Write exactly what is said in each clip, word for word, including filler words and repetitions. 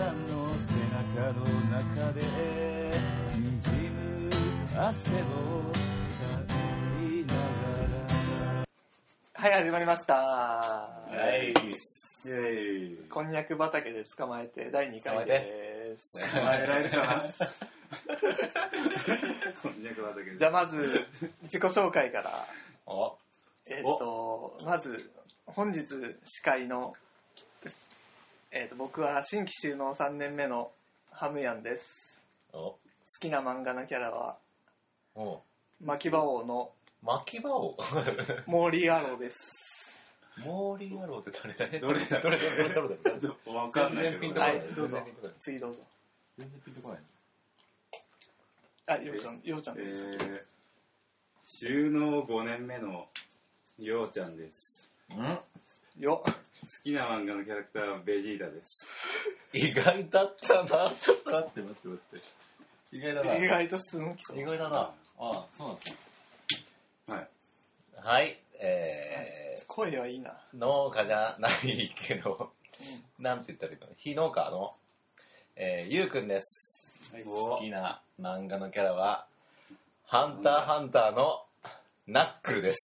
んの背中の中でにじむ汗を感じながら。 はい、始まりました。 はい。 イェーイ。こんにゃく畑で捕まえてだいにかいでーす。 捕まえられるかなこんにゃく畑で。 じゃあまず、自己紹介から。 おえっと、まず、本日司会の、えっと、僕は新規収納さんねんめのハムヤンです。 お好きな漫画のキャラは、 お巻き場王の巻き場王モーリーアローです。 モーリーアローって誰だねどれだどれだどれだどれだわかんないけど。 はい、どうぞ。次どうぞ。 全然ピンとこない。 あ、ようちゃん、ようちゃんです。 えー、収納ごねんめのようちゃんです。 んよ好きな漫画のキャラクターはベジータです。 意外だったな。ちょっと待って待って待って。意外だな。 意外と普通の人。 意外だな。ああ、そうなんですね。 はい。 はい、えー、 声はいいな。 農家じゃないけど、 うん、 なんて言ったらいいの、非農家の、えー、ゆうくんです。 はい、 好きな漫画のキャラは、ハンターハンターのナックルです。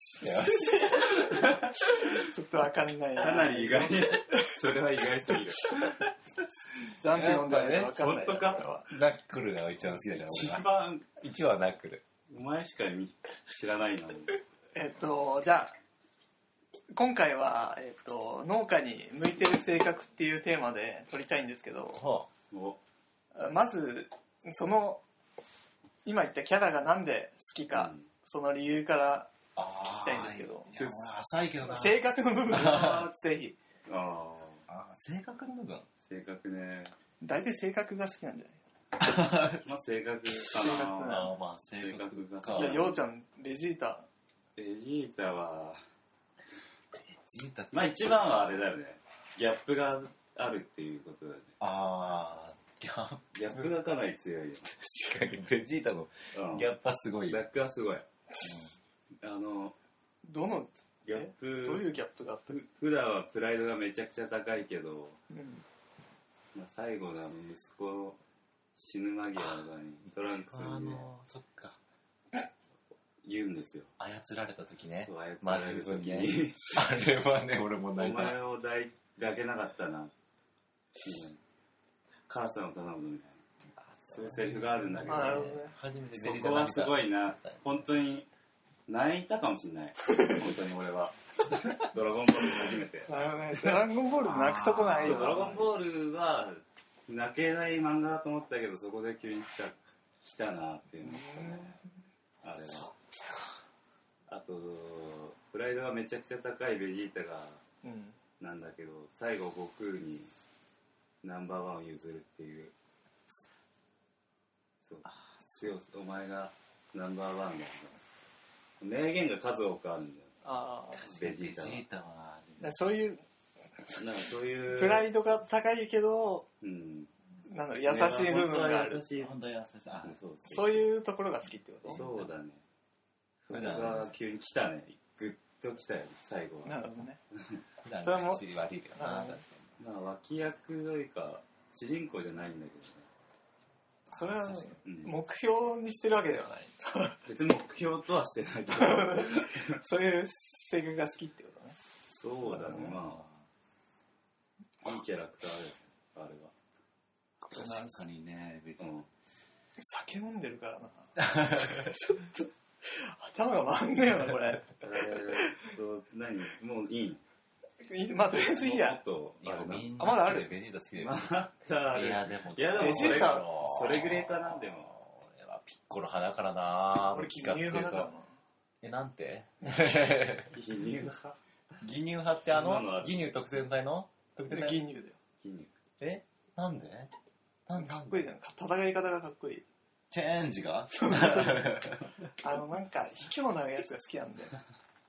ちょっとわかんないな。 かなり意外。それは意外すぎる。 ジャンプ読んだらね、わかんない。 本当かナックルが一番好きだから一番、 いちわナックル。 お前しか知らないな。 えっと、じゃあ、今回は、えっと、農家に向いてる性格っていうテーマで撮りたいんですけど、 はおまず、その、今言ったキャラがなんで好きか、 うんその理由からあ、 聞きたいんですけど、 いや俺浅いけどな。 性格の部分はぜひ。 ああ性格の部分あ、性格ね。 大体性格が好きなんじゃないまあ性格か性格な。 ああまあ性格がか。 じゃあ、ようちゃん、ベジータ。 ベジータは、 ベジータまあ一番はあれだよね。ギャップがあるっていうことだよね。 ああギャップギャップがかなり強いよ。 確かにベジータのうん、 ギャップはすごいよ。 ギャップはすごい。あの、 どの、 ギャップ、 どういうギャップがあったふ普段はプライドがめちゃくちゃ高いけど、 うんまあ、最後のあの息子死ぬ間際にトランクスあに、ね、 のそっか言うんですよ。 操られた時ね。 そう、あいつマられるジ分ね時に、 あれはね俺もお泣いた。 前を抱い抱けなかったな、うん母さんを頼むみたいな、そういうセリフがあるんだけど、 あ、なるほどね。 初めてベそジータこはすごいな泣いた。 本当に泣いたかもしれない。本当に俺は。ドラゴンボール初めて。 なるほどね。ドラゴンボール泣くとこないよ。 ドラゴンボールは泣けない漫画だと思ったけど、そこで急に来た来たなっていうのがね、あれは。あとプライドがめちゃくちゃ高いベジータがうん。 なんだけど、最後悟空にナンバーワンを譲るっていう。そう。強さ、お前がナンバーワンだ。名言が数多くあるんだよ。 ああ。 ベジータは。 ベジータはそういう、 なんかそういう。 プライドが高いけど、 うん。 なんだろう、優しい部分がある。 優しい。 本当に優しい。あそうそういうところが好きってこと？ そうだね。それ普段が急に来たね。グッと来たよ、最後は。 なるほどね。 普段の口悪いけどな。確かまあ脇役というか主人公じゃないんだけどね。 それは、ねうん目標にしてるわけではない。 別に目標とはしてないけど。 そういう性格が好きってことね。 そうだね、まあいいキャラクターだよ、あれは。 に確かにねベジーうん。 酒飲んでるからな。ちょっと、頭が回んねえよな、これ。 えーっと、何もういいいまあ、とりあえずいいやもっ。と、 タいやみんあまだあるな好きでベジータ好きでまたある。 いやでもいやでもベジータそれぐらいかな、でも。 俺はピッコロ派だからな。 俺、牛乳派だからな。 えなんて義乳派義乳派ってあのそんなのある義乳特選隊の特で典隊牛乳だよ。 義乳。 えなんでなんかっこいいじゃん。戦い方がかっこいい。 チェンジがあの、なんか、卑怯なやつが好きなんだよ。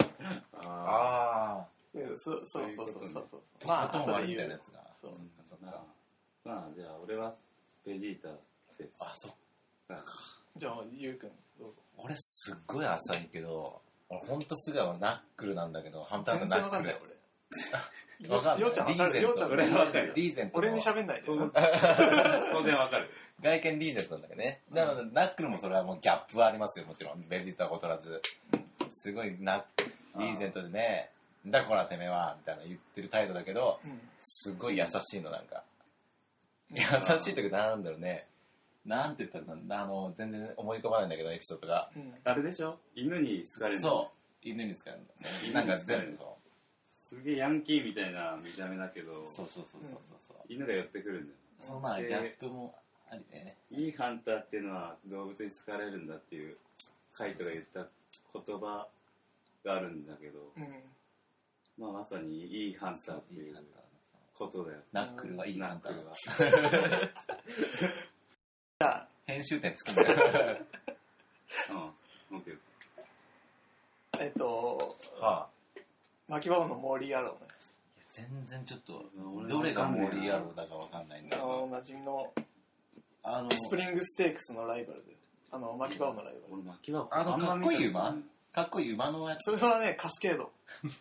ああうんそうそうそうそうそうそう。 あまあ、 トン割りみたいなやつがそう。 そっかそっあ。 かまあ、じゃあ俺はベジータです。 あそっあじゃあ、ゆうくん、どうぞ。 俺すっごい浅いけど俺ほんとすぐはナックルなんだけどハンター全のナックル然わかんない、俺。 わかんない。 ようちゃんわかる。ようちゃん俺はわかる。 リーゼント。 俺に喋んないで。 当然わかる。 外見リーゼントなんだけどね。なので、ナックルもそれはもうギャップはありますよ、もちろん。ベジータは劣らず。すごいナリーゼントでね、だこらてめえは、みたいな言ってる態度だけど、 うんすごい優しいの、なんか。優しいというか、なんだろうね。なんて言ったらいいんだ、あの、全然思い浮かばないんだけど、エピソードが。 うんあれでしょ犬に好かれるの。 そう。犬に使うんだ。なんか全部そすげえヤンキーみたいな見た目だけど、 う。そうそうそうそうそう。 犬が寄ってくるんだよ。 そのまあ、ギでャップもありね。 いいハンターっていうのは動物に好かれるんだっていうカイトが言った言葉があるんだけど、 うんまあまさにいいハンターっていうことだよ。 ナックルはいいナハンターックルは。 じゃあ編集点つくんだよ。 うん。オッケー。 えっとはあ。 巻き場のモーリーアローね。 全然ちょっと俺どれがモーリーアローだかわかんないんだあけど、 のおなじみのあのスプリングステークスのライバルで、あの巻き場のライバル。 俺巻き場あのんまかっこいい見たこと馬かっこいい馬のやつ。 それはねカスケード。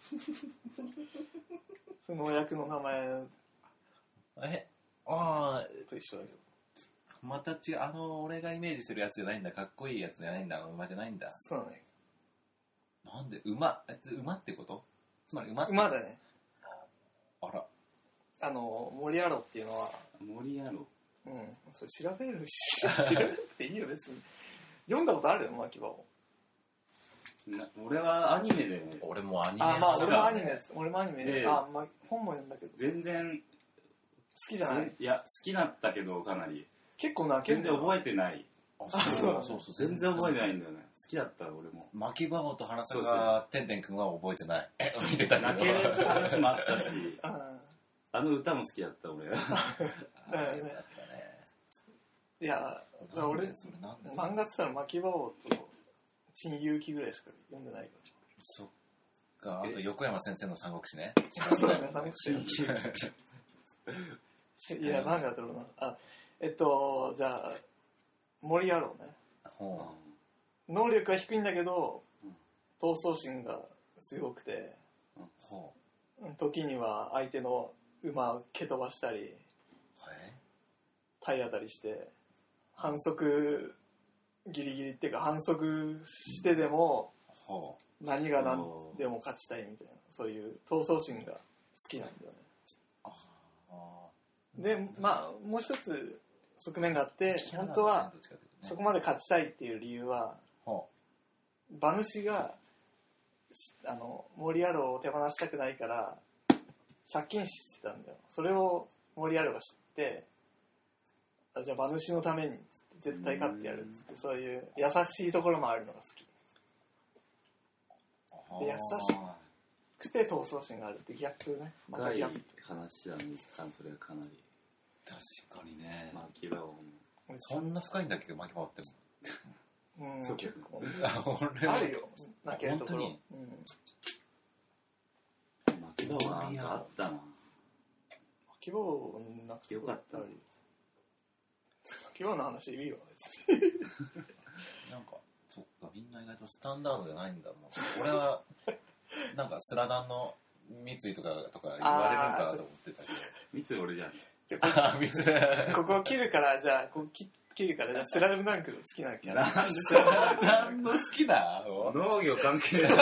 その役の名前えああと一緒だけど。 また違う、あの俺がイメージしてるやつじゃないんだ。かっこいいやつじゃないんだ。あの馬じゃないんだ。 そうだね。 なんで馬え馬ってこと？つまり馬って馬だね。 あらあのモーリーアローっていうのは、 森やろ。 うん、それ調べるし調べなくていいよ別に。読んだことあるよ巻き場を。 な俺はアニメで俺もアニメあまあそう俺もアニメです。俺もアニメで、 ええあまあ本も読んだけど全然好きじゃない。 いや好きだったけどかなり結構泣けんだよ。 全然覚えてない。 ああそうそうそう全然覚えてないんだよね。好きだった俺も。 巻き場王と花そう坂てんてんくんは覚えてない。見てたけど泣ける話もあったし、 ああの歌も好きだった俺。 あーよかったね。 いや俺なんでそれなんで漫画って言ったら巻き場王と新勇気ぐらいしか読んでないかそっか、あと横山先生の三国志ね。 ら。そうだね、三国志。いや、なんだろうな。あ、えっと、じゃあ、モリアローね。 ほ能力は低いんだけどうん、 闘争心がすごくて、 うほ時には相手の馬を蹴飛ばしたり、 うえ体当たりして、反則ギリギリっていうか反則してでもほ何が何でも勝ちたいみたいな、そういう闘争心が好きなんだよね。 うあで、まあもう一つ側面があって、本当はそこまで勝ちたいっていう理由は、 ほ馬主があのモリアロを手放したくないから借金してたんだよ。それをモリアロが知って、あじゃあ馬主のために絶対勝ってやるって、そういう優しいところもあるのが好き。 うで優しくて闘争心があるってギャップね。また深いギャップ。 話だね。それはかなり。 確かにね。 巻き場を。 そんな深いんだっけど巻き場っても。 うん、 そう結構俺はあるよ。泣けるところ。 本うん、 巻き場はなんかあったな。 希望なくてよかった希望の話いいよ。 なんか、そっか、みんな意外とスタンダードじゃないんだもん。俺は、なんかスラダンの三井とかとか言われるんかなと思ってたけど。 三つ俺じゃん。 じゃああ、三井。 ここ切るから、じゃあ、ここ切切るから、じゃあ、スラムダンクの好きなキャラ。 なんでスラダンの好きだ農業関係ない。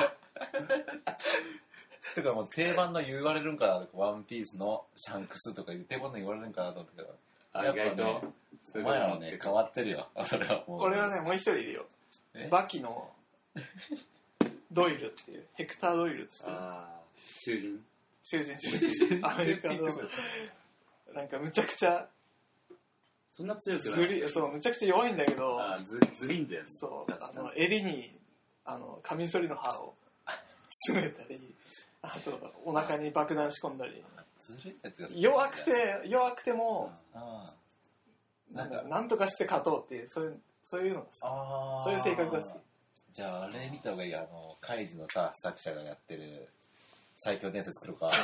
てかもう定番の言われるんかなとか、ワンピースのシャンクスとかいう定番の言われるんかなと思ったけど。 あやっぱね意外と。 お前らはね、変わってるよ。それはもう。 俺はね、もう一人いるよ。 えバキのドイルっていう、ヘクター・ドイルっていうああ、囚人。 囚人囚人。アメリカの、なんかむちゃくちゃ、 そんな強くずない。 り、そう、むちゃくちゃ弱いんだけど、 ああ、ず、ずりんだよね。 そう、あ確かにの、襟に、あの、カミソリの刃を詰めたり、あと、お腹に爆弾仕込んだり、 ずるいやつが好き弱くて、弱くても、 あなんか、なんとかして勝とうっていう、そういう、そういうのが好き。 あそういう性格が好き。 じゃあ、あれ見た方がいい。あの、カイジのさ、作者がやってる最強伝説黒川。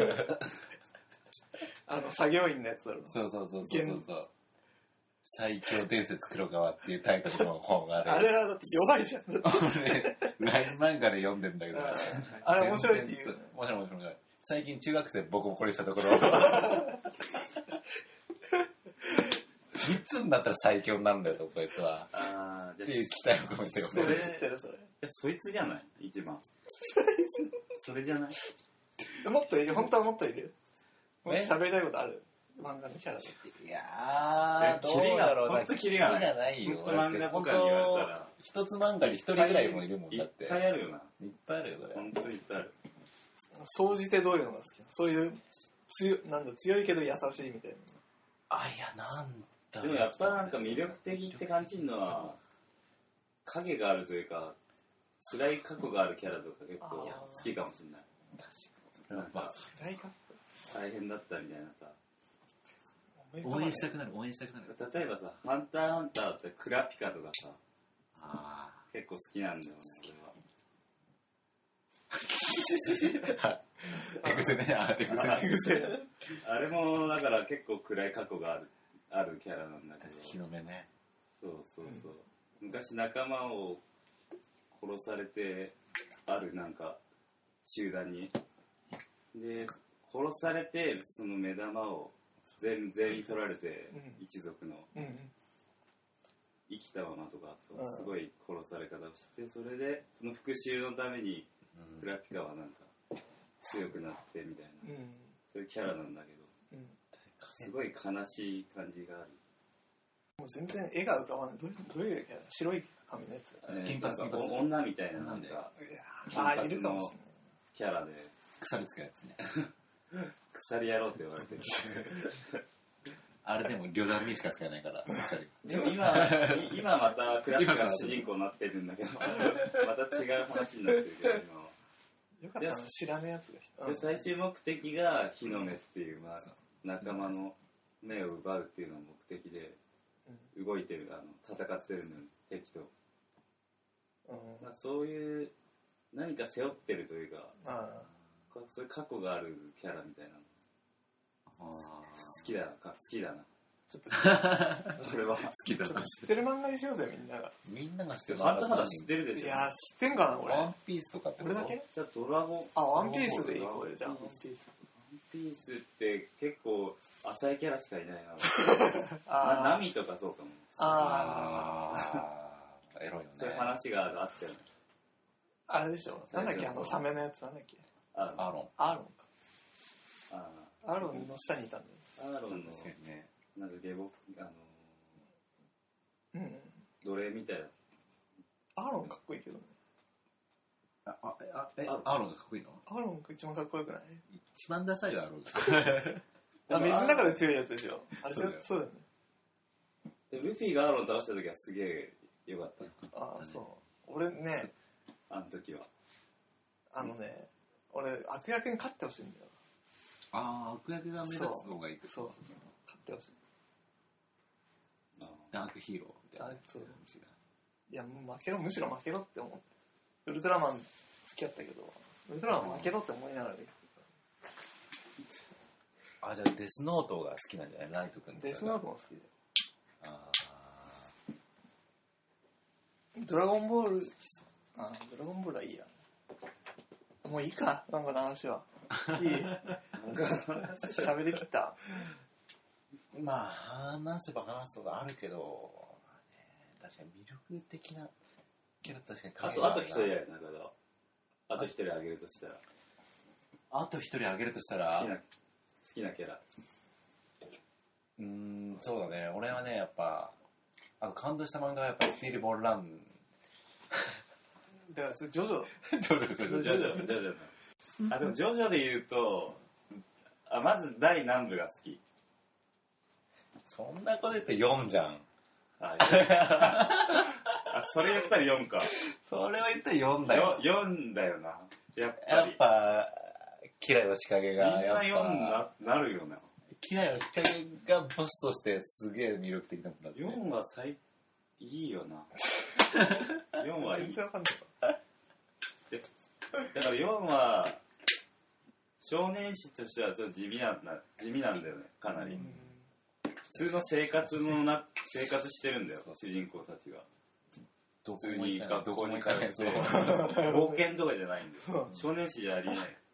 あの、作業員のやつだろ。 そうそうそうそうそうそう。最強伝説黒川っていうタイトルの本がある。 あれはだって弱いじゃん。 俺、ライン漫画で読んでんだけど。 あれ面白いって言う。 面白い面白い。 最近中学生ボコボコにしたところみっつになったら最強になるんだよとこいつはあーっていう期待を込めてよそれ知ってるそれ。 いやそいつじゃない一番それじゃないもっといる、本当はもっといる。もっとえ喋りたいことある漫画のキャラで。 いやーどうだろうなほんとキリがないキリがないよほんと漫画とかに言われたら一つ漫画に一人ぐらいもいるもんいっだってぱいあるよないっぱいあるよこれほんといっぱいある総じてどういうのが好きなの？そういう強なんだ強いけど優しいみたいな。 あいやなんだでもやっぱなんか魅力的って感じるのは影があるというか辛い過去があるキャラとか結構好きかもしれないなんか辛いか大変だったみたいなさ応援したくなる応援したくなる例えばさ「ハンターハンター」ってクラピカとかさあ結構好きなんだよね手癖ねあ手癖手あれもだから結構暗い過去があるあるキャラなんだけど日の目ねそうそうそう、うん、昔仲間を殺されてあるなんか集団にで殺されてその目玉を全全員取られて、うん、一族の、うん、生きたままとかそうすごい殺され方をしてそれでその復讐のためにクラピカはなんか強くなってみたいな、うん、そういうキャラなんだけど、うん、すごい悲しい感じがあるもう全然絵が浮かばないどういうどういうキャラ白い髪のやつ、 えー、金髪なんか女みたいななんかあいるかもしれないキャラで鎖つけるやつね鎖やろうって言われてるあれでも旅団にしか使えないから鎖でも今今またクラピカが主人公になってるんだけどまた違う話になってるけど今よかったな知らねえやつがしたで最終目的が火の目っていう、まあ、仲間の目を奪うっていうのが目的で動いてるあの戦ってるの敵と、うんまあ、そういう何か背負ってるというかあそういう過去があるキャラみたいなのあ好きだな好きだなちょっと俺は好きだな知ってる漫画にしようぜみんながみんなが知ってるハンターハンター知ってるでしょいや知ってんかな俺ワンピースとかって俺だけじゃあドラゴンあワンピースでいいこれじゃあワンピースワンピースって結構浅いキャラしかいないなあナミとかそうかもああエロいよねそういう話があったよねあれでしょなんだっけあのサメのやつなんだっけアーロンアーロンかあアーロンの下にいたんだよアーロンのねなんか下僕あのうん奴隷みたいなアーロンかっこいいけどねあああえアーロンがかっこいいのアーロンが一番かっこよくない一番ダサいよアーロンあ水の中で強いやつでしょあれそうだよねでルフィがアーロン倒した時はすげえよかったああそう俺ねあの時はあのね俺悪役に勝ってほしいんだよああ悪役が目立つ方がいいってそうそうそう勝ってほしいダークヒーローみたいなそういやもう負けろむしろ負けろって思ってウルトラマン好きやったけどウルトラマン負けろって思いながら見てあじゃあデスノートが好きなんじゃないライト君とかデスノートも好きであドラゴンボールあドラゴンボールはいいやもういいかなんかの話はいい喋りきったまあ話せば話すことあるけど、ね、確かに魅力的なキャラ確かにあとあと一人やる中だあと一人あげるとしたらあと一人あげるとしたら好きな好きなキャラうーんそうだね俺はねやっぱあと感動した漫画はやっぱりスティールボールランだからそれジョジョジョジョジョジョジョジョジョジョあでもジョジョで言うとあまず大南部が好きそんなこと言ってよんじゃんああそれ言ったらよんかそれは言ったらよんだよよんだよなやっぱりやっぱキラヨシカゲがみんなよんななるよなキラヨシカゲがボスとしてすげえ魅力的なんだってよんは最いいよなよんはいい全然わかんないでだからよんは少年誌としてはちょっと地味なんだ地味なんだよねかなり普通の生活のな生活してるんだよ主人公たちが普通に学校に通って冒険とかじゃないんだよ少年誌じゃありえない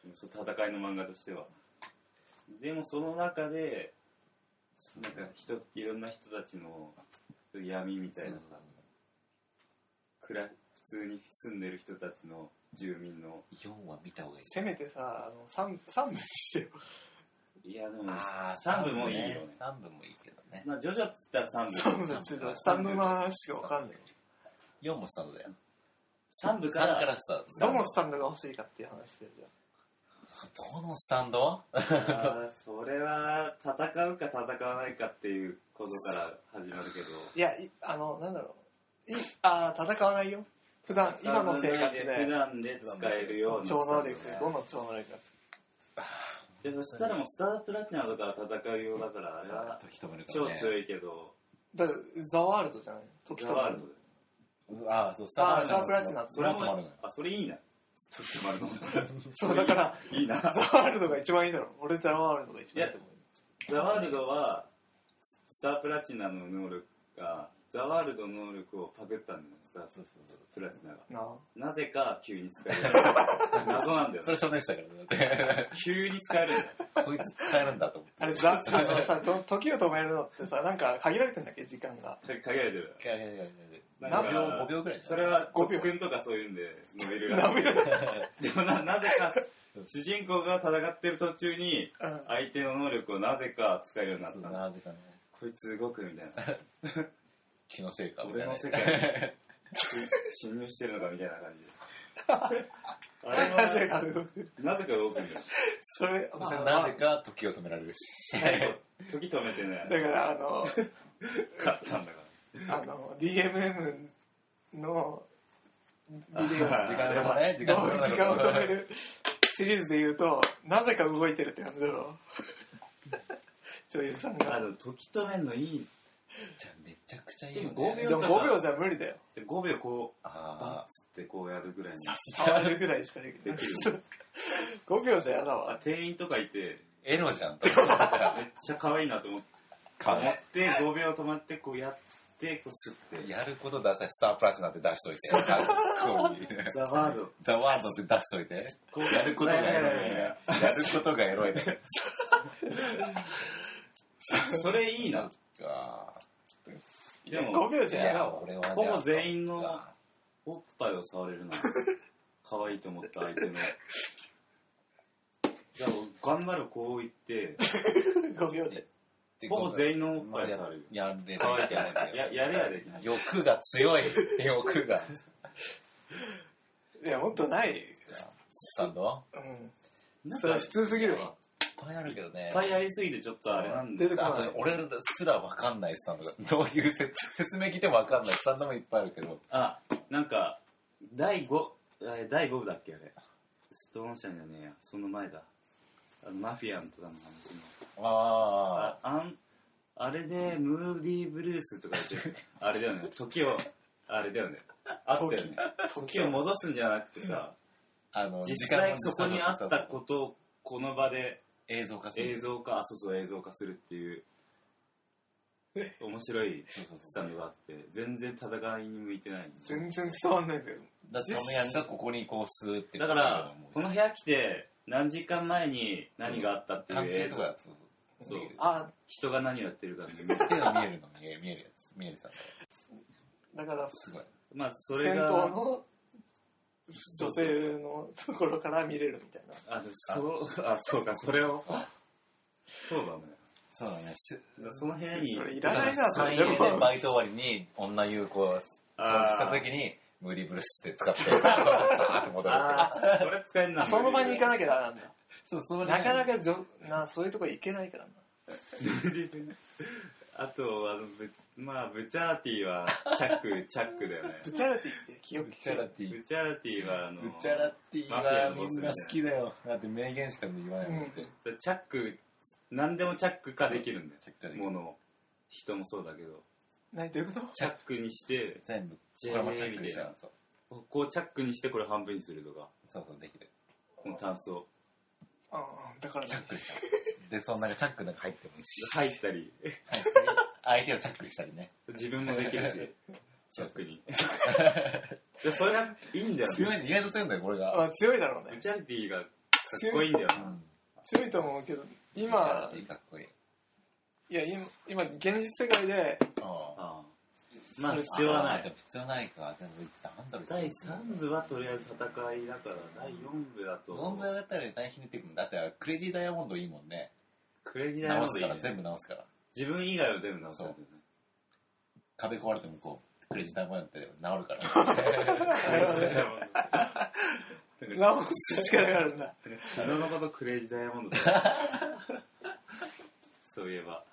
そう戦いの漫画としては。でもその中でなんか人いろんな人たちの闇みたいなさ、普通に住んでる人たちの住民のよんは見た方がいい。 せめてさ、あの 3, 三部にしてよ。 いやでもあさんぶもいいよね。 さんぶもいいけどね。 まあジョジョっつったらさんぶ。 さん部っていうのはスタンドの話しかわかんない。 よんもスタンドだよ。 さんぶかさんかららスタート。 どのスタンドが欲しいかっていう話でじゃどのスタンド？ あーそれは戦うか戦わないかっていうことから始まるけど。 いや、いあの、なんだろう。いああ、戦わないよ。普段、今の生活で。 普段で使えるような超能力、どの超能力が。 でそしたらもうスタープラチナとか戦うようだからあれは時止めるか超らね。 強いけど、 だからザワールドじゃない時ザワールドああ、そう、スあータスタープラチナそれは止まるのよ。 あそれいいな。ちょっと待るの。 そう、だから、 いいな。 ザワールドが一番いいだろ。俺ザワールドが一番いいと思う。 ザワールドはスタープラチナの能力がザワールドの能力をパクったんだよ。スタープラチナがななぜか急に使える。謎なんだよ、 それ少年誌だからね。 急に使えるんだよ。 こいつ使えるんだと思って。 あれ、ザ、あのさ、と時を止めるのってさ、なんか限られてんだっけ、時間が。 限られてる。なんか何秒、ごびょうぐらいじゃないそれはごびょう特訓とかそういうんで伸びるらしい。でもな、なぜか主人公が戦ってる途中にうん相手の能力をなぜか使えるようになったんだ。 なぜかね。 こいつ動くみたいな。 気のせいかみたいな。 俺の世界に侵入してるのかみたいな感じで。あれはなぜか動く。 なぜか動くんだよ。 それ、 そしてまあなぜか時を止められるし。 最後時止めてね、 だから、あの、 勝ったんだかあの、ディーエムエム のビデオ、 あ時間をね、時間を時間を止めるシリーズで言うと、なぜか動いてるって感じだろ。女優さんら。あが。 の時止めんのいい。 じゃあめちゃくちゃいいよね。 でもごびょうでもごびょうじゃ無理だよ。 でごびょうこうバあッつってこうやるぐらいに。 触るぐらいしかできない。 できる。 ごびょうじゃやだあわ。 店員とかいてーエロじゃんと思ったら。 めっちゃ可愛いなと思ってかわいい思ってごびょう止まってこうやってこうスッてやることださい、スタープラチナって出しといて。かっこいいザワードザワードって出しといて。 こうやることがエロいね。やることがエロいね。 それいいな。 あでもごびょうーいや、 じゃやだわ。 俺はほぼ全員のあおっぱいを触れるな。可愛いと思った相手の。じゃあ頑張るこう言ってごびょうで。 ほぼ全員のおっぱいを触れる。 やれる可愛いやれるややれやできない。 欲が強い。欲が。 いや、もっとない。 スタンドうん。 なんそれ普通すぎるわ。 いっぱいあるけどねいっ。ぱいやりすぎてちょっとあれなんで。 出てこないあとね。俺らすらわかんないスタンドが。どういう説説明聞いてもわかんないスタンドもいっぱいあるけど。 あ、なんかだいごえだいごぶだっけあれ。ストーン社じゃねえや。その前だ。あのマフィアンとかの話の。 あああんあれでムーディーブルースとか言ってあれだよね。時をあれだよね。あったよね。時を戻すんじゃなくてさ、 あ。あの、 実際そこにあったことをこの場で映像化する。 映像化、あそうそう映像化するっていう面白いスタンドがあって全然戦いに向いてないんですよ。 全然伝わんないんだけど。 だからそのやんがここにこうスーってだからこの部屋来て何時間前に何があったって探いう映像、 偵とかそうそうあ、 人が何をやってるか見る手が見えるの見える見えるやつ見えるさだから、 すごいまあそ戦れが闘の女性のところから見れるみたいな。 あそうあそうかそれをそうだね。 そうだねすその部屋にそれいらないな、そ三れ。でも、 円でバイト終わりに女優子を掃除した時にムーディブルスって使ってザーって戻るああそれ使えんな。 その場に行かなきゃダメなんだ。 そうそのなかなかじょなそういうとこ行けないからな。 あとあのぶまあブチャラティはチャックチャックだよね。 ブチャラティって記憶ブチャラティブチャラティはあのブチャラティマフィアはのボスみんな好きだよだって名言しか言わないもんってチャック何でもチャック化できるんだよ。 チャック化できるものを人もそうだけど何どういうこと？ チャックにして全部これもチャックにしちゃうそうここをチャックにしてこれ半分にするとかそうそうできるこのタンスをああ、だからねチャックにしちゃうでその中チャックなんか入ってもいいし入ったり入ったり相手をチャックにしたりね自分もできるしチャックにでそれがいいんだよね。 強いね意外と強いんだよこれがあ強いだろうね。 ブチャラティがっこいいんだよな。 強いと思うけど、今、 かっこいい。 いや、今、今現実世界で、 ああまあ必要はない。 でも必要ないか。でもなんだろう。 だいさん部はとりあえず戦いだから、だいよん部だと。 よん部だったら大ひねっていくんだって、クレイジーダイヤモンドいいもんね。 クレイジーダイヤモンドいい、ね、 直すから、全部直すから。 自分以外は全部直すから、ね。 壁壊れてもこう、クレイジーダイヤモンドって治るから。 直す力があるんだ。 昨日のことクレイジーダイヤモンドだ。そういえば。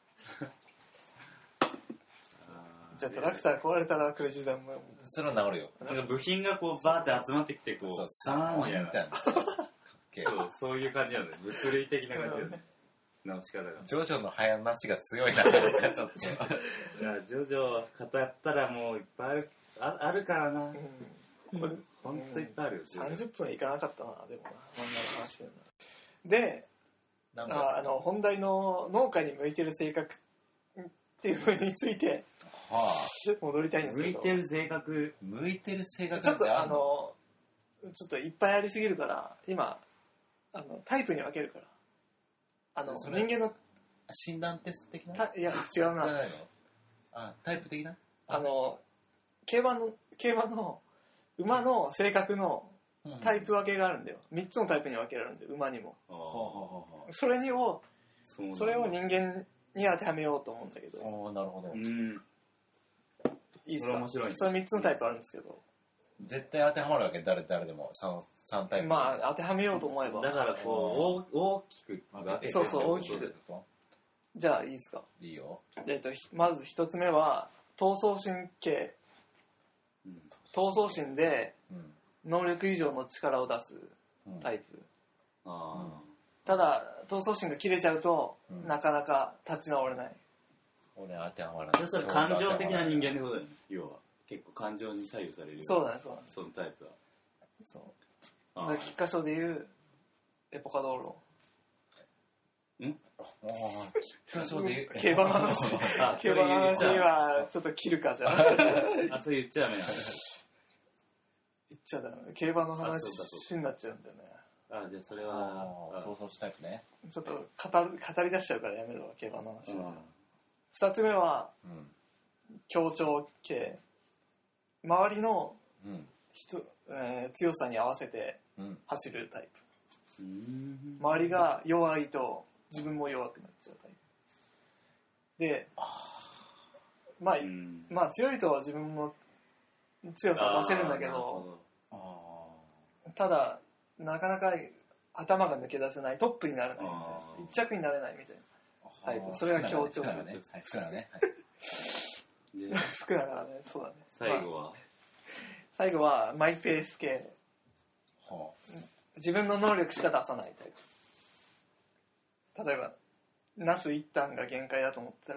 じゃあトラクター壊れたらクレイジーダイヤモンド。 それは治るよ。 なんか部品がこうバーって集まってきて、こう、 そう、 サーンみたいな。そう、そういう感じなんだよ。物理的な感じだよね。直し方が。 ジョジョの話が強いな、なんかちょっと。 いや、ジョジョ語ったらもういっぱいある、あ, あるからな。うん、これ、ほんといっぱいあるよ。 さんじゅっぷんはいかなかったな、でもな。漫画の話でな。で、あ, あの、本題の農家に向いてる性格っていう風について、はあ、戻りたいんですけど。 向いてる性格。 向いてる性格ちょっとあの、ちょっといっぱいありすぎるから、今、あの、タイプに分けるから。あの、人間の診断テスト的な、 いや、違うな。 あ、タイプ的なあの、競馬の、競馬の、馬の性格のタイプ分けがあるんだよ。みっつのタイプに分けられるんだよ、馬にも。それにを、それを人間に当てはめようと思うんだけど。 おー、なるほど。 うんいいですか？ 面白い。 それみっつのタイプあるんですけど。 絶対当てはまるわけ、誰誰でも。3, 3タイプ。 まあ、当てはめようと思えば。 だからこう、大きく分けて。 そうそう、大きく。じゃあ、いいですか？ いいよ。 えっと、まず一つ目は、闘争神経。うん、闘争心で、能力以上の力を出すタイプ。うんあただ、闘争心が切れちゃうと、うん、なかなか立ち直れない。 俺当てはまらない。 それ感情的な人間ってことだよね。要は。結構感情に左右されるよ。 そうだね、そうだね。 そのタイプは。 そう。だから菊花賞でいう、エポカドーロ。 ん菊花賞でいう。 競馬の話。競馬の話は、ちょっと切るかじゃあ。 あ、それ言っちゃダメな。 言っちゃダメ。競馬の話になっちゃうんだよね。 あ、じゃあそれは、 闘争タイプね。 ちょっと語る語り出しちゃうからやめろ、競馬の話は。二つ目は、協調系。周りの人、うんえー、強さに合わせて走るタイプ、うん、周りが弱いと自分も弱くなっちゃうタイプで、まあ、うん、まあ強いと自分も強さ出せるんだけどただなかなか頭が抜け出せないトップになれないみたいな一着になれないみたいなタイプそれが協調系服だね服だからねそうだね最後は、まあ最後はマイペース系、はあ、自分の能力しか出さないタイプ例えばナス一旦が限界だと思ったら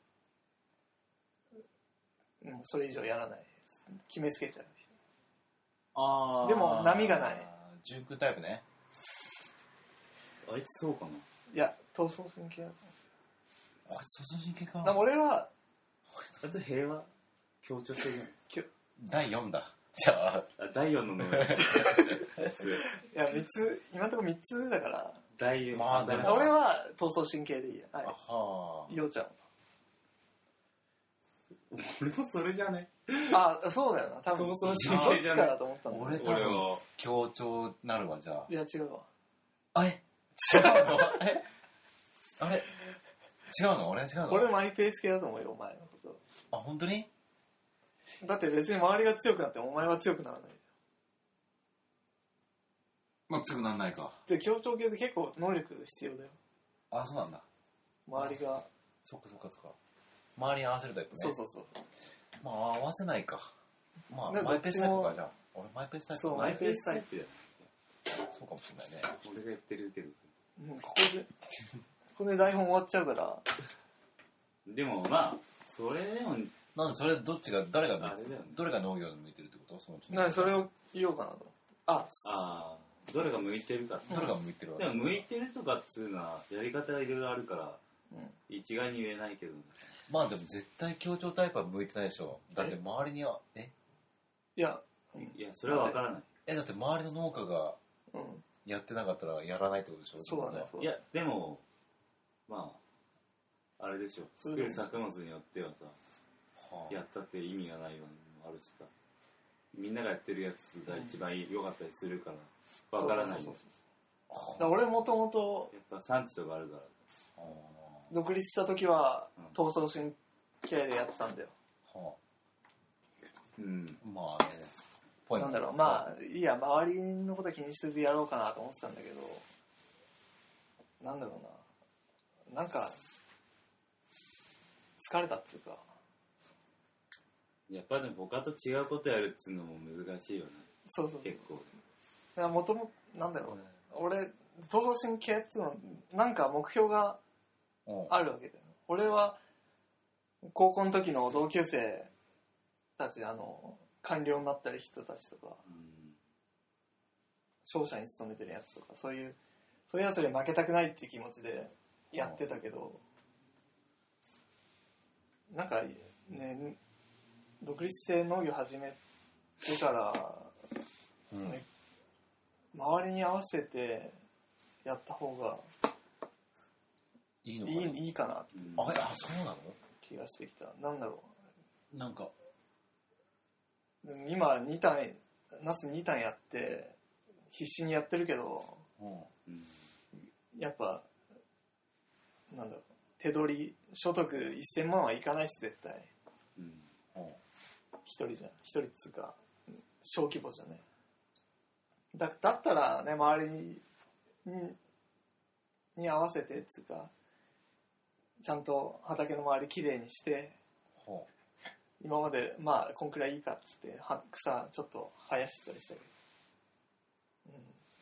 もうそれ以上やらない決めつけちゃうあでも波がない純空タイプねあいつそうかないや闘争神経だと思うあいつ闘争神経かな俺はあいつ平和強調してるだいよんだじゃあ、 だいよんの能力。 いや、みっつ、今のところみっつだから。 だいよん。 まあ、俺は闘争神経でいいや。はい。はあ。ようちゃん。 俺もそれじゃねあ、そうだよな。多分。闘争神経じゃねだと思ったんだ。 俺多分、強調なるわ、じゃあ。 いや、違うわ。 あれ違うのえあれ違うの俺違うの俺マイペース系だと思うよ、お前のこと。 あ、本当にだって別に周りが強くなってもお前は強くならない。 まあ強くならないか。 で、協調系って結構能力必要だよ。 あ、そうなんだ。 周りが。 そっかそっかそっか。周りに合わせるタイプね。 そうそうそう。 まあ合わせないか。まあマイペースタイプかじゃあ。俺マイペースタイプ。 そう、マイペースタイプ。 そうかもしれないね。 俺が言ってるけどもうここで、ここで台本終わっちゃうから。 でもまあ、それでも、 なんでそれどっちが誰があれだよ、ね、どれが農業に向いてるってことそのなんそれを言おうかなとああどれが向いてるかどれが向いてるわけでも向いてるとかっつうのはやり方がいろいろあるから、うん、一概に言えないけど、ね、 まあでも絶対協調タイプは向いてないでしょだって周りにはえいやいやそれは分からないえだって周りの農家が、 うん、 やってなかったらやらないってことでしょ。 そうだね。そういやでもまああれでしょ、作る作物によってはさ、 はあ、 やったって意味がないのもあるしさ、みんながやってるやつが一番良かったりするからわからないよ。 そうそうそうそう。だから俺もともとやっぱ産地とかあるから。 は独立した時はうん闘争神経でやってたんだよ。 あ、はうん。 あ、まあね、ポイントなんだろう、まあいいや、周りのこと気にせずやろうかなと思ってたんだけど、なんだろうな、なんか疲れたっていうか。 やっぱでも他と違うことやるっつうのも難しいよね。 そうそう。 結構。 もともなんだろう、俺闘争神経っていうのはなんか目標がうんあるわけだよ。俺は高校の時の同級生たち、あの官僚になったり人たちとかうん。 商社に勤めてるやつとか、そういうそういうやつに負けたくないっていう気持ちでやってたけど、なんかね、独立性農業始めてから、 うんね、周りに合わせてやった方がいいのかいないいいかなってうんあれ、あ、そうなの？ 気がしてきた。なんだろなんかう、でも今に単ナスに単やって必死にやってるけど、 うんうん。 やっぱなんだろう、手取り所得せんまんはいかないし絶対うん。 うん一人じゃん、一人っつうか小規模じゃね。だだったらね、周りにに合わせてっつうか、ちゃんと畑の周りきれいにして、 は今までまあこんくらいいいかっつっては草ちょっと生やしたりしたけど、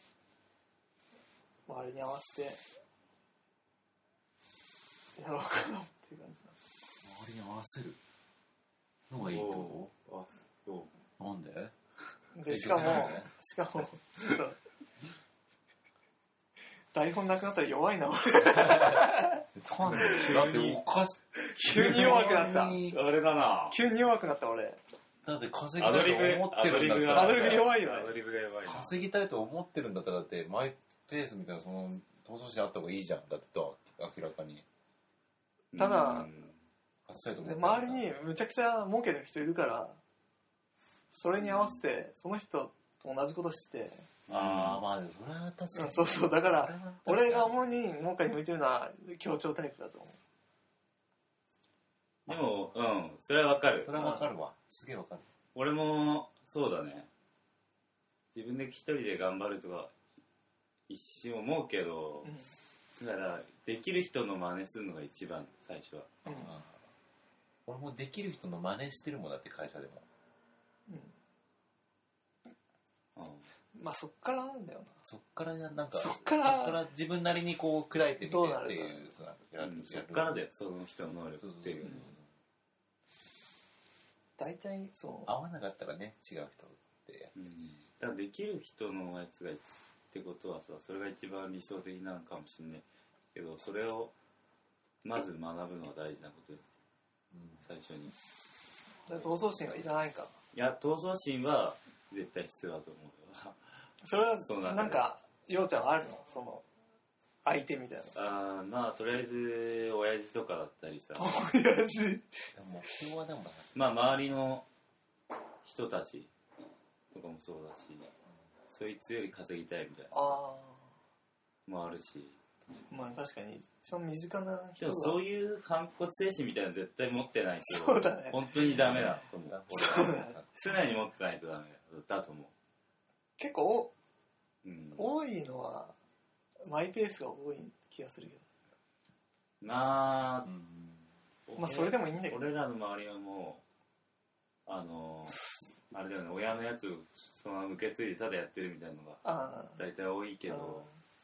うん、周りに合わせてやろうかなっていう感じだ。 あ、周りに合わせるのがいいと。 あ、そう。 なんで？ でしかもえどういうことねしかもちょっと台本なくなったら弱いな俺。 なんで？だっておかし急に弱くなったあれだな。 急に弱くなった俺。 だって稼ぎアドリたいとブ、 思ってるんだったがらアドリブ弱いよねアドリブが弱いな。 稼ぎたいと思ってるんだったらだってマイペースみたいなその闘争心あった方がいいじゃん。だってと明らかにただうん稼ぎたいと思ってでるんだ周りにむちゃくちゃ儲けてる人いるから、それに合わせてその人と同じことしてああ、まあ、それは確かに。 そうそう、だから俺が思う。 主に農家に向いてるのは協調タイプだと思う。 でも、うん、それはわかる。 それはわかるわ。すげえわかる。 俺も、そうだね。自分で一人で頑張るとか、一瞬思うけど、だから、できる人の真似するのが一番、最初は。 うんうん俺もできる人の真似してるもんだって会社でも。 うんうんまあそっからなんだよな。 そっからなんか、 そっから自分なりにこう砕いてみてどうなるかっていう、そうなんかやるうんそっからだよ、その人の能力そうそうっていう。 大体そう合わなかったらね、違う人って。 うんだからできる人のやつがってことはさ、それが一番理想的なのかもしれないけど、それをまず学ぶのは大事なことよ、最初に。 だから闘争心はいらないか。 いや、闘争心は絶対必要だと思うよ。 それはそうなんだよなんかようちゃんはあるの、その相手みたいな。 あーまあとりあえず親父とかだったりさ、 親父。 でも目標はでも、 まあ周りの人たちとかもそうだし、そいつより稼ぎたいみたいなあのもあるし、 あ、まあ確かに一番身近なで人が。 もそういう反骨精神みたいなの絶対持ってないとそうだね。 本当にダメだと思う。俺そうだねは常に持ってないとダメだと思結構う。うん、 多いのはマイペースが多い気がするけまあ、 ど、まあそれでもいいんだけど。 俺らの周りはもうあのあれだよね、親のやつをそのまま受け継いでただやってるみたいなのがああ。 大体多いけど、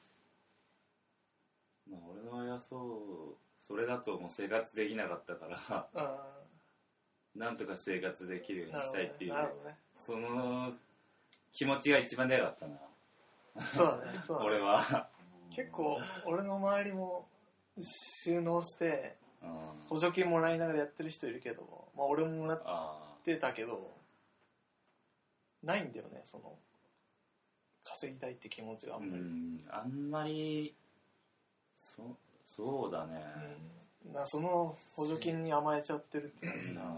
まあ俺の親はそうそれだともう生活できなかったからああ。 なんとか生活できるようにしたいっていう、 なるほどね。 その気持ちが一番でかったなそうだね。そうだね。 俺は結構俺の周りも収納してうん補助金もらいながらやってる人いるけど、まあ俺ももらっあてたけどないんだよね、その稼ぎたいって気持ちがあんうまり、 ん、あんまりそそうだね、 うん、なその補助金に甘えちゃってるって感じな、 うん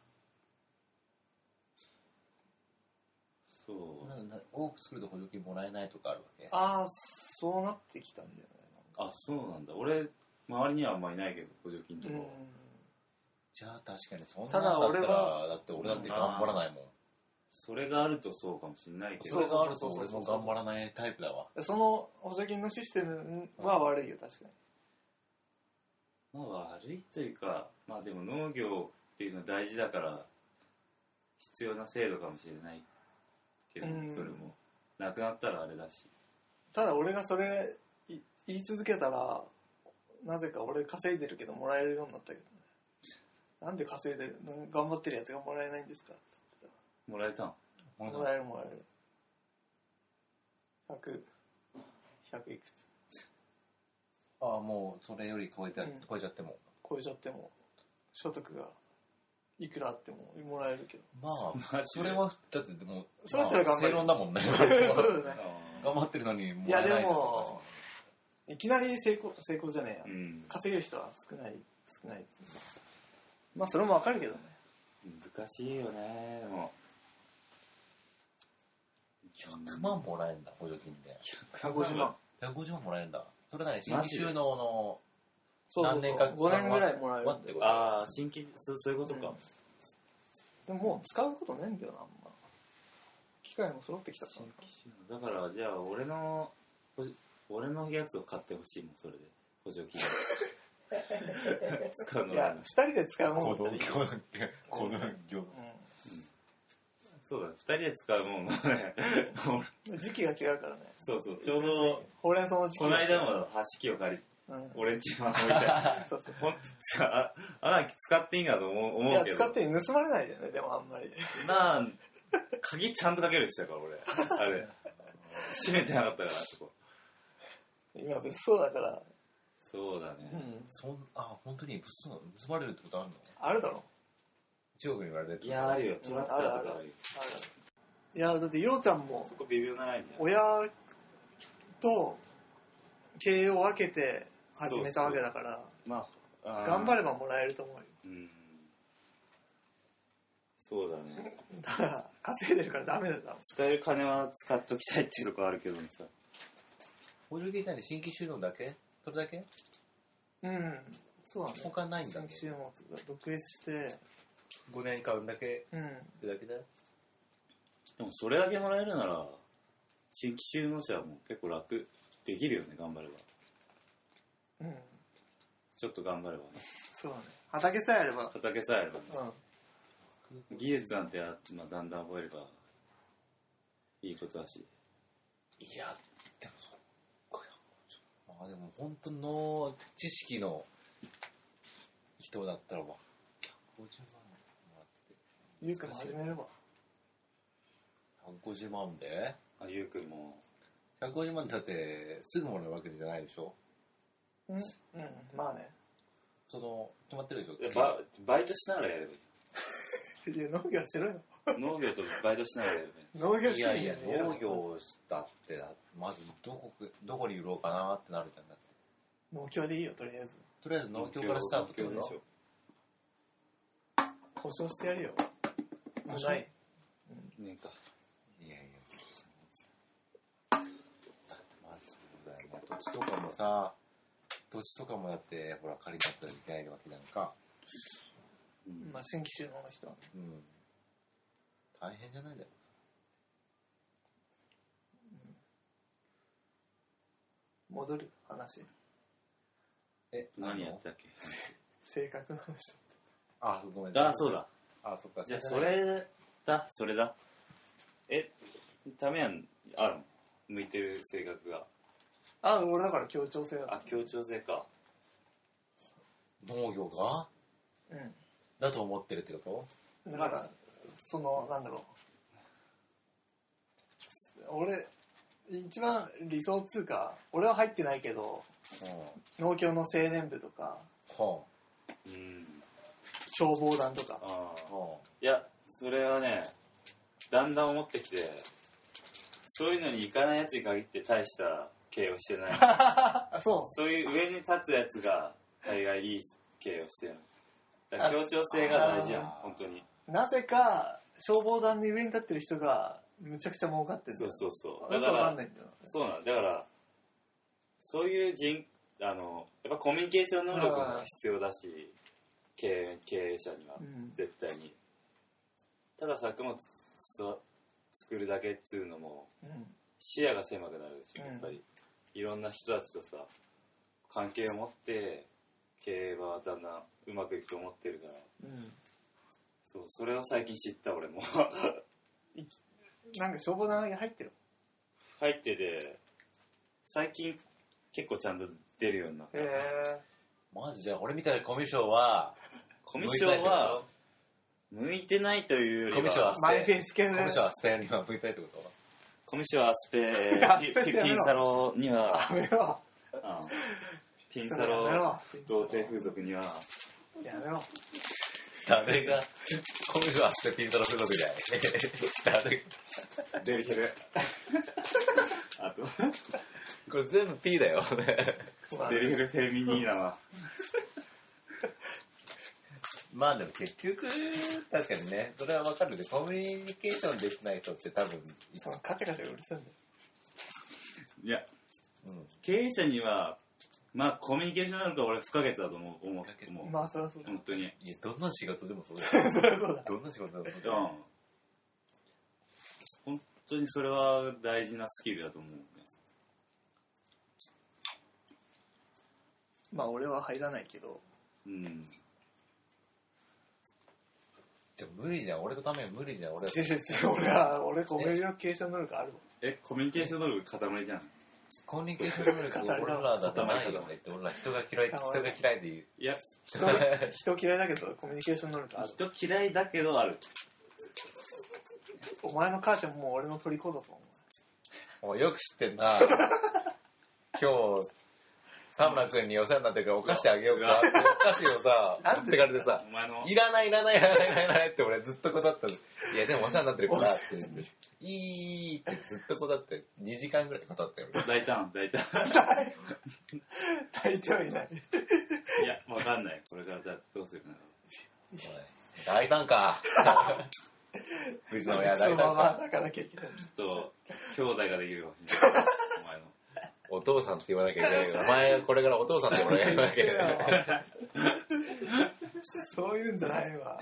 そうなな多く作ると補助金もらえないとかあるわけ？ ああそうなってきたんだよねあそうなんだ俺周りにはあんまりないけど補助金とか、 うんじゃあ確かにそんなただんだった俺らはだって俺だって頑張らないもん。 それがあるとそうかもしれないけどそれがあると俺も頑張らないタイプだわ。 その補助金のシステムは悪いよ確かに。 まあ悪いというかまあでも農業っていうのは大事だから必要な制度かもしれないけど、 うんそれもなくなったらあれだし。 ただ俺がそれい言い続けたらなぜか俺稼いでるけどもらえるようになったけどね。なんで稼いでる頑張ってるやつがもらえないんですかってもらえたん言ったらもらえるもらえるひゃく、ひゃくいくつああもうそれより超えて、 うん超えちゃっても超えちゃっても所得がいくらあってももらえるけどまあマジでそれはだってでもそれだったら頑張る正論だもんねそうだね頑張ってるのにもいやでらえない人ともいきなり成功成功じゃねえや、 うん稼げる人は少ない少ないまあそれもわかるけどね難しいよねでもひゃくまんもらえるんだ補助金でひゃくごじゅうまんひゃくごじゅうまんもらえるんだそれなり新規収納のそうそうそう何年かごねんぐらいもらえるんでわってことああ新規そそういうことか、 うんでももう使うことねえんだよなあんま機械も揃ってきたから新規収納だからじゃあ俺のほ俺のやつを買ってほしいもんそれで補助金使うのいやはふたりで使うもんこのだった業この業そうだふたりで使うもんねうん、時期が違うからねそうそうちょうどほうれん草の時期このが違う間も箸器を借りうん俺んちは置いてそうそうほんとああ使っていいなと思う思うけどいや使って盗まれないでねでもあんまりまあ鍵ちゃんとかける人だから俺あれ閉めてなかったからそこ今物騒だからそうだね、 うんそんあ本当に盗ま盗まれるってことあるの？ あるだろ中国に言われるってこといやあるよトラクターとかあるよあるあるいやだってようちゃんもそこ微妙なラインだよ親と経営を分けて始めたわけだからまああー頑張ればもらえると思うようんそうだねだから稼いでるからダメだよ使える金は使っときたいっていうところあるけどさ補助金何新規収納だけ？それだけ？ うんそうだね他ないんだ新規収納が独立してごねん買うんだけうんってだけだよ。 でもそれだけもらえるなら新規収納者はもう結構楽できるよね頑張ればうんちょっと頑張ればねそうだね畑さえあれば畑さえあればねうん技術なんてや、まあ、だんだん覚えればいいことだしいやでもそっかよ。まあでも本当の知識の人だったらわひゃくごじゅうまんもらってゆうくんも始めればひゃくごじゅうまんであゆうくんもひゃくごじゅうまんだってすぐもらえるわけじゃないでしょ？ うんうんまあねその決まってるでしょ？ いやババイトしながらやればいいや農業しろよい農業とバイトしながらやればいい農業しろいやいや農業だってだまずどこどこに売ろうかなってなるじゃんだって農協でいいよとりあえずとりあえず農協からスタートってこと農協でしょ保証してやるよ保証ないねえかいやいやだってまずそうだよね土地とかもさ土地とかもだってほら借りちゃったらいけないわけじゃんかうんまあ新規収納の人はうん大変じゃないだろ戻る話え何やったっけ性格の話あごめんあそうだあそっかじゃあそれだそれだえためやんあるの向いてる性格があ俺だから協調性だあ協調性か農業がうだと思ってるってこんだからそのなんだろう俺一番理想っつうか俺は入ってないけどと？うん農協の青年部とかほうん消防団とかああうほいやそれはねだんだん思ってきてそういうのに行かないやつに限って大した経営をしてないそうそういう上に立つやつが大概いい経営をしてるだから協調性が大事やん本当になぜか消防団に上に立ってる人がむちゃくちゃ儲かってるんだそうよ。 そうそうだからわかんないんだよ。 そうなんだからそういう人あのやっぱコミュニケーション能力も必要だし経営、経営者には絶対に、うん、ただ作物作るだけっつうのも、うん、視野が狭くなるでしょやっぱり、うん、いろんな人たちとさ関係を持って経営はだんだんうまくいくと思ってるから、うん、そうそれを最近知った俺もなんか消防団に入ってる入ってて最近結構ちゃんと出るようになった。へーマジじゃあ俺みたいなコミュ障はコミュ障は向いてないというよりはコミュ障はスペマイペース系でコミュ障はスペアには向いたいってことコミュ障はスペピピンサロにはやめろピンサロ童貞風俗にはやめろ誰がコミュ障はスペピンサロ風俗じゃない誰デリヘルあとこれ全部 P だよデリヘルフェミニーナはまあでも結局確かにねそれは分かるでコミュニケーションできない人って多分そのカチャカチャうるせえんだよいや、うん、経営者にはまあコミュニケーションなのか俺不可欠だと思う思うまあそりゃそうだ本当にいやどんな仕事でもそうだよそりゃそうだどんな仕事でもそうだよ、 うん、本当にそれは大事なスキルだと思うねまあ俺は入らないけどうんでも無理じゃん俺のために無理じゃん俺は俺は俺コミュニケーション能力あるわえコミュニケーション能力塊じゃんコミュニケーション能力俺らだってないよねって俺ら人が嫌い人が嫌いで言ういや人, 人嫌いだけどコミュニケーション能力ある人嫌いだけどあるお前の母ちゃんもう俺の虜だと思うもうよく知ってんな今日田村君にお世話になってるからお菓子あげようかってお菓子をさ持ってかれてさいらないいらないいらないいらないって俺ずっと断ったのいやでもお世話になってるからっていいってずっと断ってにじかんぐらい断ったよ大胆大胆大体はいないいやわかんないこれからどうするかな大胆か藤野親大胆かそのまま泣かなきゃいけないちょっと兄弟ができるかもしれないお前のお父さんって言わなきゃいけないけど、お前これからお父さんって言わなきゃいけないそういうんじゃないわ。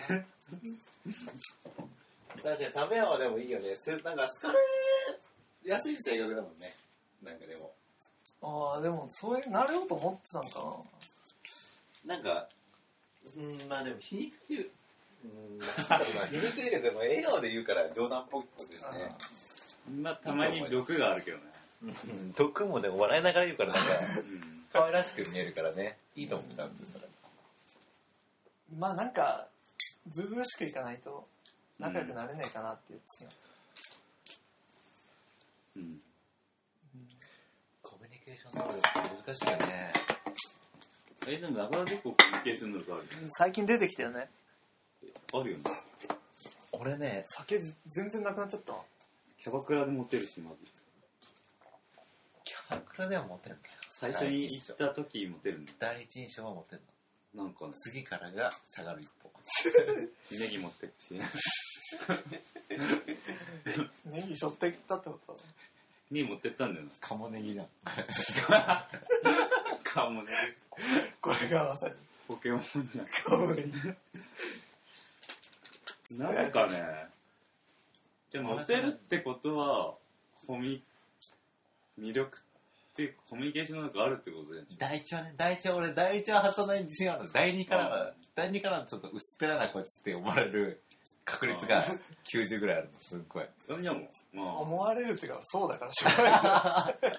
確かに食べ屋はでもいいよね。なんか好かれやすい性格だもんね。なんかでも。 ああ、でもそういうなれようと思ってたのかな。なんか、うん、まあでも皮肉言う。うん、なんだろうな、皮肉言うけど、でも笑顔で言うから冗談っぽいことですね。 まあたまに毒があるけどね。 毒もでも笑いながら言うからなんか可愛らしく見えるからねいいと思ってたんですからまあなんかずうずうしくいかないと仲良くなれないかなっていう気がする、うんうん、コミュニケーション能力難しいよねえでもなかなか結構コミュニケーション能力ある最近出てきたよねあるよね俺ね酒全然なくなっちゃったキャバクラでモテるしまずキャバクラではモテんだよ最初に行った時モテるんだ第一印象はモテんのなんか、ね、 次からが下がる一歩ネギ持ってくしネギ背負ってったってことネギ持ってったんだよなカモネギじゃんカモネギこれがまさにポケモンじゃんカモネギなんかねでもモテるってことはコミ魅力っていうかコミュニケーション能力あるってことじゃん第一はね第一は俺第一は発想ない自信あるの第二からは第二からはちょっと薄っぺらなこいつって思われる確率がきゅうじゅうぐらいあるのすっごいいやもう、まあ、 思われるっていうかそうだからしょうがない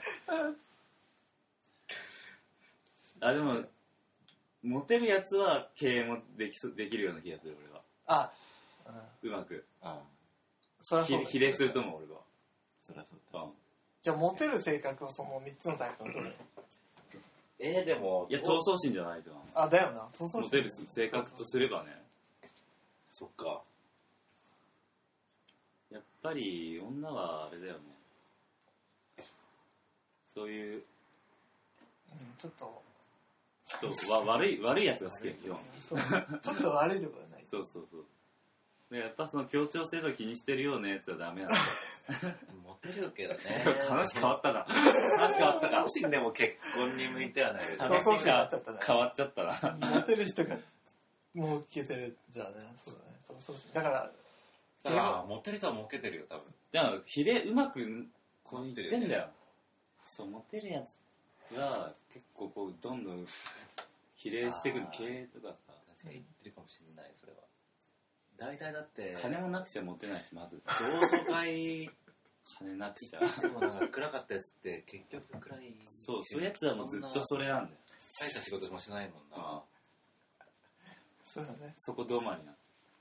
あでもモテるやつは経営もできそできるような気がする俺はあ、 うん、うまくあそりゃそうだ比例すると思う俺はそりゃそうだ、うん、 じゃあモテる性格はそのみっつのタイプのどれえー、でもいや闘争心じゃないじゃんあだよな闘争心モテる性格とすればねそっかやっぱり女はあれだよねそういう、 うん、ちょっとちょっとわ悪い悪いやつが好きよ基本。 そうちょっと悪いところはない。 そうそうそう。でやっぱその協調性と気にしてるようなやつはダメなんだ。 モテるけどね。 話変わったな。話変わったか。 もしでも結婚に向いてはないでしょ。 話が変わっちゃったな。 モテる人がもうけてるじゃあね。そうだね。そうそうだからだからモテる人はモテてるよ多分。 だからヒレうまくこう言ってんだよ。そうモテるやつが結構こうどんどん比例してくる系とかさ。 確かに言ってるかもしれないそれは。大体だって金もなくちゃモテないしまず。 同窓会金なくちゃ。 でもなんか暗かったやつって結局暗い。 そうそういうやつはもうずっとそれなんだよ。 大した仕事もしないもんな。 そうだね。 そこ止まりな。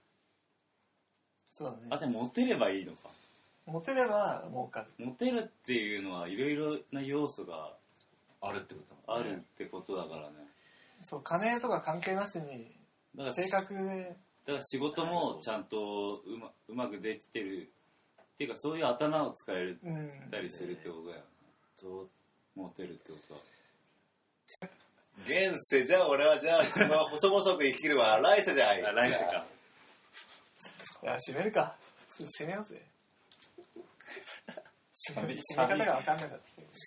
そうだね。 あでもモテればいいのか。 モテれば儲かる。 モテるっていうのはいろいろな要素があるってことだもんね。 あるってことだからね。 そう金とか関係なしにだから性格で。 だから仕事もちゃんとうまうまくできてるっていうかそういう頭を使えたりするってことだよね。とモテるってことは。 現世じゃ俺はじゃあ今細々く生きるわ来世じゃい。 あ来世か。 いや閉めるか。閉めようぜ。閉め方が分かんなかった。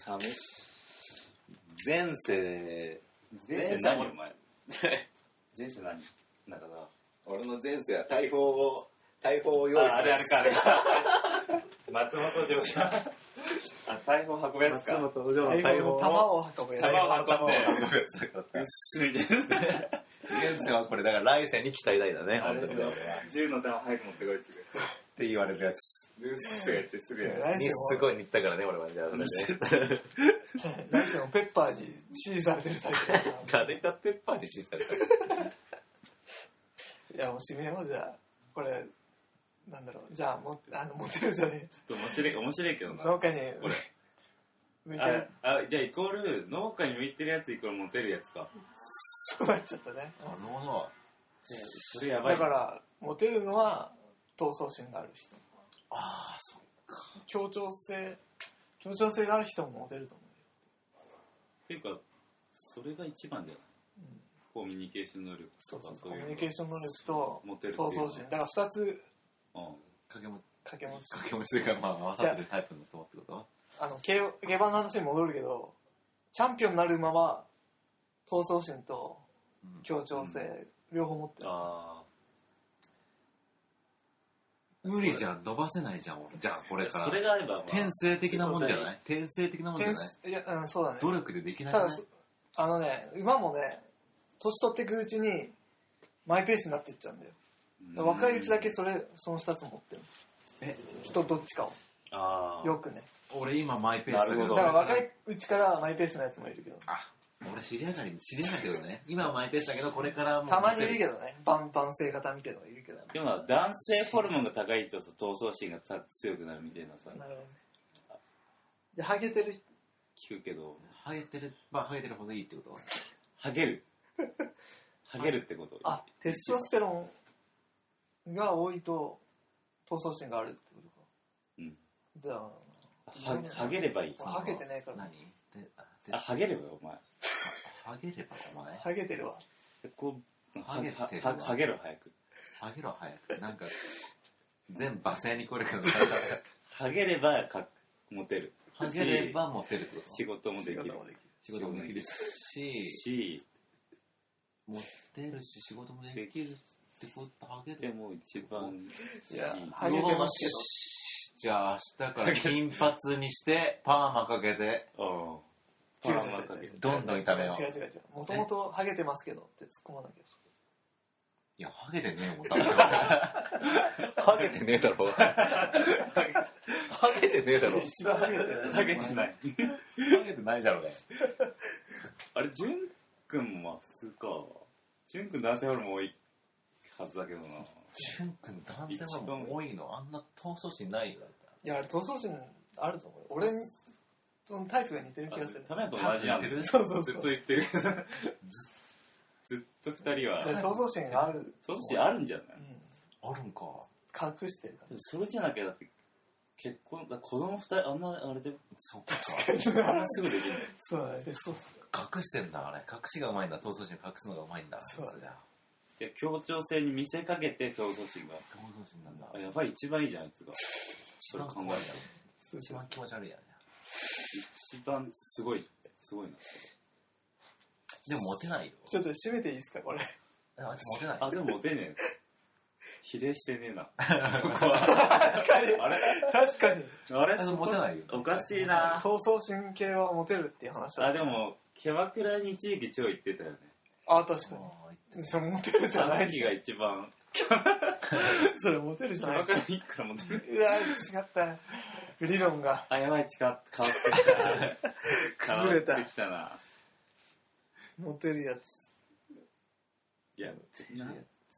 寒い。 前世前世何お前。前世何なんかさ。 俺の前世は大砲を大砲を用意する。 あ、あれあれかあれか。松本城じゃん。あ、大砲運ぶやつか。 松本城の大砲。 弾を運ぶやつ。 弾を運ぶやつだから。 うっすみたいな。 現世はこれだから来世に期待大だね。 あれでしょ。銃の弾早く持ってこいって言う。 って言われるやつ。 うっすってってすぐやる。 にすごい似たからね俺はじゃあそれで。 来世もペッパーに指示されてるタイプ。 誰がペッパーに指示された。 いやもう締めようじゃあこれなんだろうじゃあもあのモテるじゃねえちょっと面白い面白いけどな農家にこれ向いてるああじゃあイコール農家に向いてるやつイコールモテるやつかそうなっちゃったね。 なるほど。 それやばい。 だからモテるのは闘争心がある人。 ああそっか。 協調性協調性がある人もモテると思うよっていうかそれが一番じゃない、うんコミュニケーション能力とかそうそうそういうコミュニケーション能力とモテる闘争心だからふたつ、 うん、 掛け持ち掛け持ち掛け持ちというかまあ合わさってるタイプの人ってことあの競競馬の話に戻るけどチャンピオンになるまま闘争心と協調性、うん、両方持ってる。 あ無理じゃん伸ばせないじゃん俺じゃあこれからそれがあれば、まあ、 天性的なもんじゃない天性的なもんじゃないいや、うん、そうだね努力でできないただあのね馬もね年取っていくうちにマイペースになっていっちゃうんだよ。若いうちだけそれそのふたつ持ってる。え人どっちかをあよくね俺今マイペースだけどだから若いうちからマイペースなやつもいるけどあ俺知り合いがり知り合いがけどね今はマイペースだけどこれからもたまにいるけどねバンバン性型みたいなのがいるけど、ね、 でも男性ホルモンが高いと闘争心が強くなるみたいなさ。 なるほどね。じゃあハゲてる人聞くけどハゲてるまあハゲてるほどいいってことハゲるハゲるってことあテストステロンが多いと闘争心があるってことか。うんじゃあハゲればいい。 ハゲてないから何あハゲればよお前ハゲればお前ハゲてるわこうハゲてるわハゲろ早くハゲろ早くなんか全罵声に来るけどハゲればかモテるハゲればモテるってこと仕事もできる仕事もできるししモテるし仕事もできるってことハゲでも一番いやハゲてますけどじゃあ明日から金髪にしてパーマかけて違う違う違うどんどん炒めよう違う違う違うもともとハゲてますけどって突っ込まなきゃいやハゲてねえもんハゲてねえだろハゲてねえだろ一番ハゲてるハゲてないハゲてないじゃろうねあれジュン君もまあ普通かジュン君男性ホルモン多いはずだけどなジュン君男性ホルモン多いのあんな闘争心ないよいやあれ闘争心あると思う俺そのタイプが似てる気がするタメと同じなんだそうそうそうずっと言ってるずっと二人は闘争心がある闘争心あるんじゃない、 うん、あるんか隠してるからそれじゃなきゃだって結婚、だ子供二人、あんな、あれで、 そっか。 あんなすぐできるの。 そうだね。そう。 隠してんだ、あれ。隠しがうまいんだ。闘争心隠すのがうまいんだ。 そうだよ。 で協調性に見せかけて闘争心が。 闘争心なんだ。 あ、やばい、一番いいじゃん、あいつが。それ考えたら。 一番気持ち悪いやね。 一番すごい、すごいな。 でもモテないよ。 ちょっと閉めていいですか、これ。 あいつモテない。 あ、でもモテねえ。比例してねえな。そこは。 確かに。 あれ確かに。 あれモテないよ。 おかしいな。 闘争心系はモテるっていう話だ。 あ、でも、キャバクラに一時期超行ってたよね。 あ、確かに。それモテるじゃない時が一番。 それモテるじゃない。 キャバクラに行くからモテる。 うわ、違った。理論が。 あ、やばい、違う、変わってきた。 崩れた。 変わってきたな。 モテるやつ。 いや、な。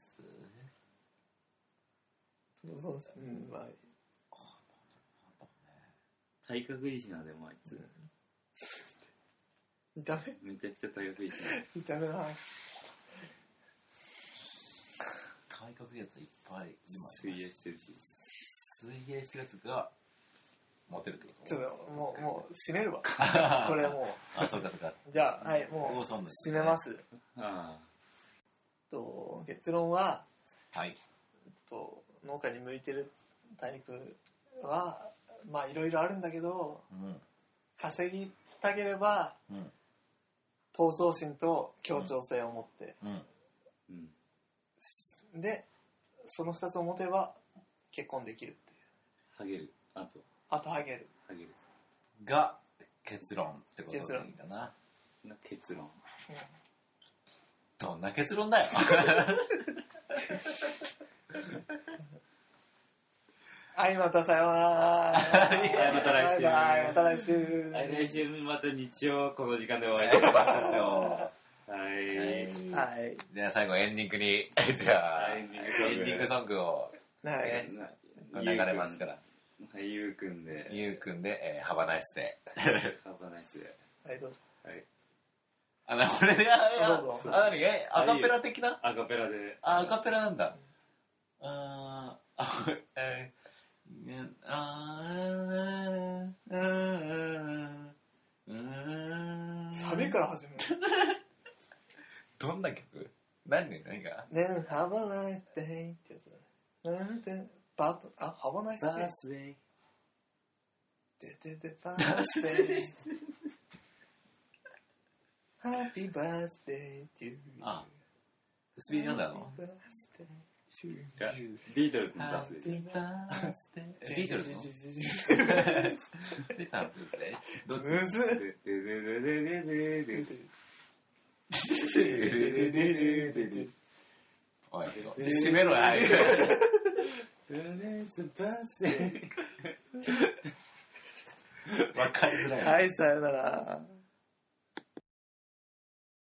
そうそうです。うん、まあ。 体格いいしな、でもあいつ。 見た目めちゃくちゃ体格いいしな。 見た目な。 体格いいやついっぱいいます。 水泳してるし。 水泳してるやつがモテるってこと？ ちょっともう、もう閉めるわ。これもう。 あ、そうかそうか。 じゃあ、はい、もう閉めます。 ああ。 と結論は、 はい。 と農家に向いてるタイプはまあいろいろあるんだけど、 うん、 稼ぎたければ、うん、闘争心と協調性を持って、うんうん、でそのふたつを持てば結婚できるっていう。 ハゲる。あとあとハゲる。 ハゲるが結論ってことでいいかな。 な結論、うん、 どんな結論だよ。 はい、またさようなら。 はい、また来週。 はい、また来週。 はい、来週また日曜この時間でお会いしましょう。はい。 はい。 じゃあ最後エンディングに、じゃあ、エンディングソングを、ね、流れますから。 はい、ゆうくんで。 ゆうくんで、えー、ハバナイスで。 ハバナイスで。 はい、どうぞ。 はい。 あ、な、これで、あ、あ、なに、え、アカペラ的な？ アカペラで。 あ、アカペラなんだ。あー、あ、えー、 サビから始める。 どんな曲？何年何が？ ね、Have a nice day ってやつだね。バーあ、Have a nice day。バースデー。でででバースデー。Happy birthday to you。 あ、スピードなんだろ？ いやビートルズのバースデー。 ビートルズのビートルズね。 どっち？むずっ。 おい、閉めろよ、はい。わかりづらい。 はい、さよなら。